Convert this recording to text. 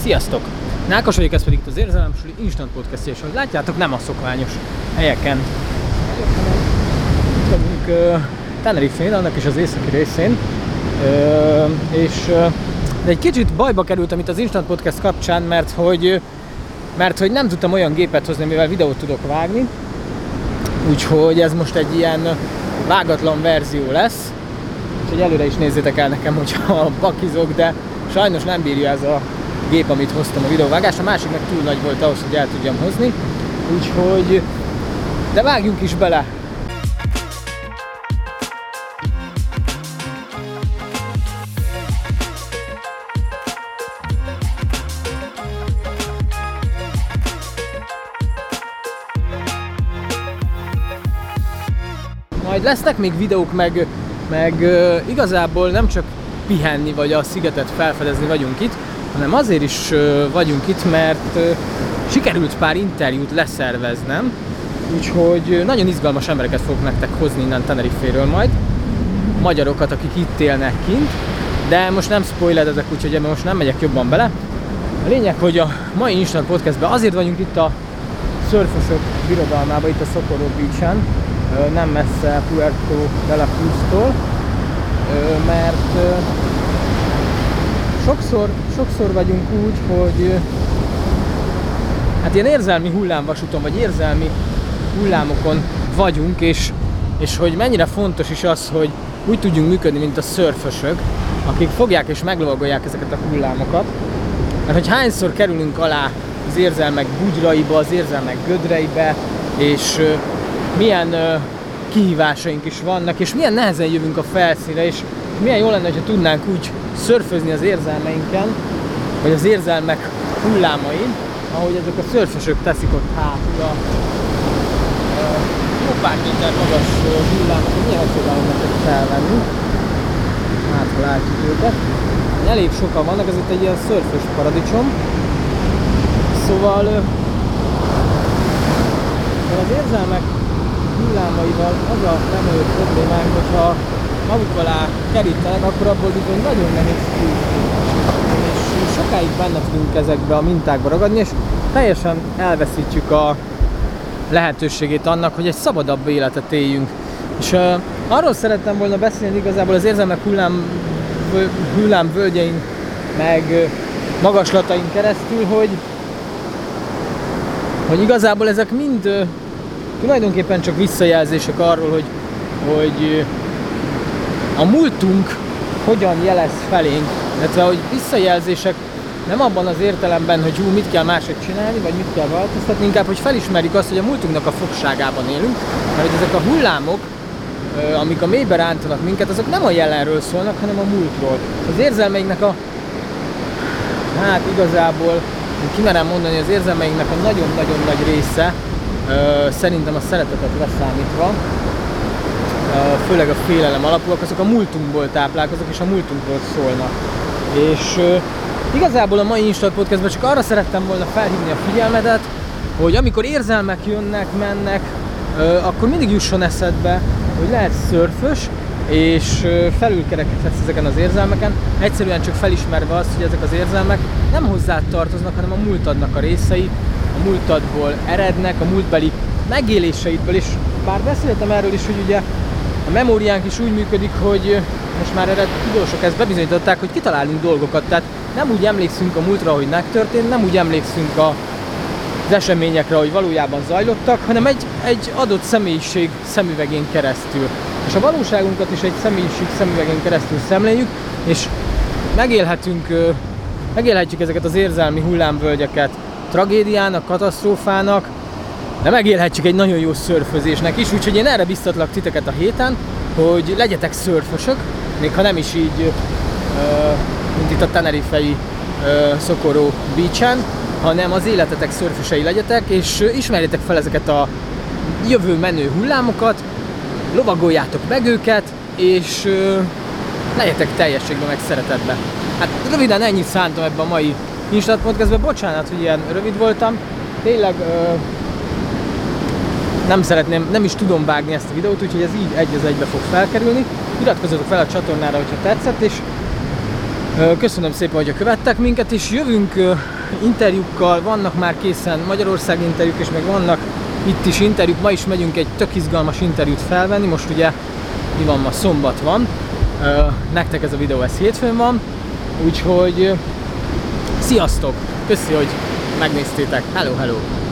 Sziasztok! Nákos vagyok, ez pedig itt az Érzelemsuli Instant Podcast-je, és ahogy látjátok, nem a szokványos helyeken. Itt vagyunk Tenerifén, annak is az északi részén. De egy kicsit bajba kerültem itt az Instant Podcast kapcsán, mert hogy nem tudtam olyan gépet hozni, amivel videót tudok vágni. Úgyhogy ez most egy ilyen vágatlan verzió lesz. Úgyhogy előre is nézzétek el nekem, hogyha bakizok, de sajnos nem bírja ez a gép, amit hoztam a videóvágásra. A másik meg túl nagy volt ahhoz, hogy el tudjam hozni. Úgyhogy... de vágjunk is bele! Majd lesznek még videók, meg igazából nem csak pihenni vagy a szigetet felfedezni vagyunk itt, hanem azért is vagyunk itt, mert sikerült pár interjút leszerveznem, úgyhogy nagyon izgalmas embereket fogok nektek hozni innen Teneriféről majd, magyarokat, akik itt élnek kint, de most nem spoilerezek, úgyhogy ebben most nem megyek jobban bele. A lényeg, hogy a mai Instant Podcastben azért vagyunk itt a szörfösök birodalmában, itt a Socorro Beach-en, nem messze Puerto de la Cruz-tól, mert sokszor vagyunk úgy, hogy hát ilyen érzelmi hullámvasúton, vagy érzelmi hullámokon vagyunk, és hogy mennyire fontos is az, hogy úgy tudjunk működni, mint a szörfösök, akik fogják és meglovagolják ezeket a hullámokat. Mert hogy hányszor kerülünk alá az érzelmek bugyraiba, az érzelmek gödreibe, és milyen kihívásaink is vannak, és milyen nehezen jövünk a felszínre, és milyen jó lenne, ha tudnánk úgy szörfözni az érzelmeinken, vagy az érzelmek hullámain, ahogy ezek a szörfösök teszik ott hátul a jó pár méter magas hullámokat. Milyen próbálom nektek felvenni. Hát, ha látjuk őket. Elég sokan vannak, ez itt egy ilyen szörfös paradicsom. Szóval az érzelmek hullámaival az a legnagyobb problémánk, hogyha maguk alá kerítenek, akkor abból bizony nagyon nehéz kiúszni. És sokáig benne tudunk ezekbe a mintákba ragadni, és teljesen elveszítjük a lehetőségét annak, hogy egy szabadabb életet éljünk. És arról szerettem volna beszélni igazából az érzelmek hullámvölgyein, meg magaslataink keresztül, hogy igazából ezek mind tulajdonképpen csak visszajelzések arról, hogy a múltunk hogyan jelez felénk, illetve hogy visszajelzések nem abban az értelemben, hogy mit kell máshogy csinálni, vagy mit kell változtatni, inkább, hogy felismerjük azt, hogy a múltunknak a fogságában élünk, mert hogy ezek a hullámok, amik a mélybe rántanak minket, azok nem a jelenről szólnak, hanem a múltról. Az érzelmeinknek hát igazából, kimerem mondani, az érzelmeinknek a nagyon-nagyon nagy része, szerintem a szeretetet leszámítva, főleg a félelem alapúak, azok a múltunkból táplálkoznak és a múltunkról szólnak. És igazából a mai Instant Podcastben csak arra szerettem volna felhívni a figyelmedet, hogy amikor érzelmek jönnek, mennek, akkor mindig jusson eszedbe, hogy lehet szörfös, és felülkerekedhetsz ezeken az érzelmeken, egyszerűen csak felismerve azt, hogy ezek az érzelmek nem hozzád tartoznak, hanem a múltadnak a részei, a múltadból erednek, a múltbeli megéléseidből, és bár beszéltem erről is, hogy ugye a memóriánk is úgy működik, hogy most már erre tudósok ezt bebizonyították, hogy kitalálunk dolgokat, tehát nem úgy emlékszünk a múltra, hogy megtörtént, nem úgy emlékszünk az eseményekre, hogy valójában zajlottak, hanem egy adott személyiség szemüvegén keresztül. És a valóságunkat is egy személyiség szemüvegén keresztül szemléljük, és megélhetjük ezeket az érzelmi hullámvölgyeket tragédiának, katasztrófának, de megélhetjük egy nagyon jó szörfözésnek is, úgyhogy én erre biztatlak titeket a héten, hogy legyetek szörfösök, még ha nem is így, mint itt a tenerifei Socorro Beach-en, hanem az életetek szörfösei legyetek, és ismerjétek fel ezeket a jövő menő hullámokat, lovagoljátok meg őket, és legyetek teljességben, meg szeretetben. Hát röviden ennyit szántam ebben a mai Instant Podcastben, bocsánat, hogy ilyen rövid voltam, tényleg nem is tudom vágni ezt a videót, úgyhogy ez így egy az egybe fog felkerülni. Iratkozzatok fel a csatornára, hogyha tetszett, és köszönöm szépen, hogy követtek minket, és jövünk interjúkkal, vannak már készen Magyarország interjúk, és meg vannak itt is interjúk. Ma is megyünk egy tök izgalmas interjút felvenni, most ugye mi van, ma szombat van, nektek ez a videó ez hétfőn van, úgyhogy sziasztok! Köszi, hogy megnéztétek, hello!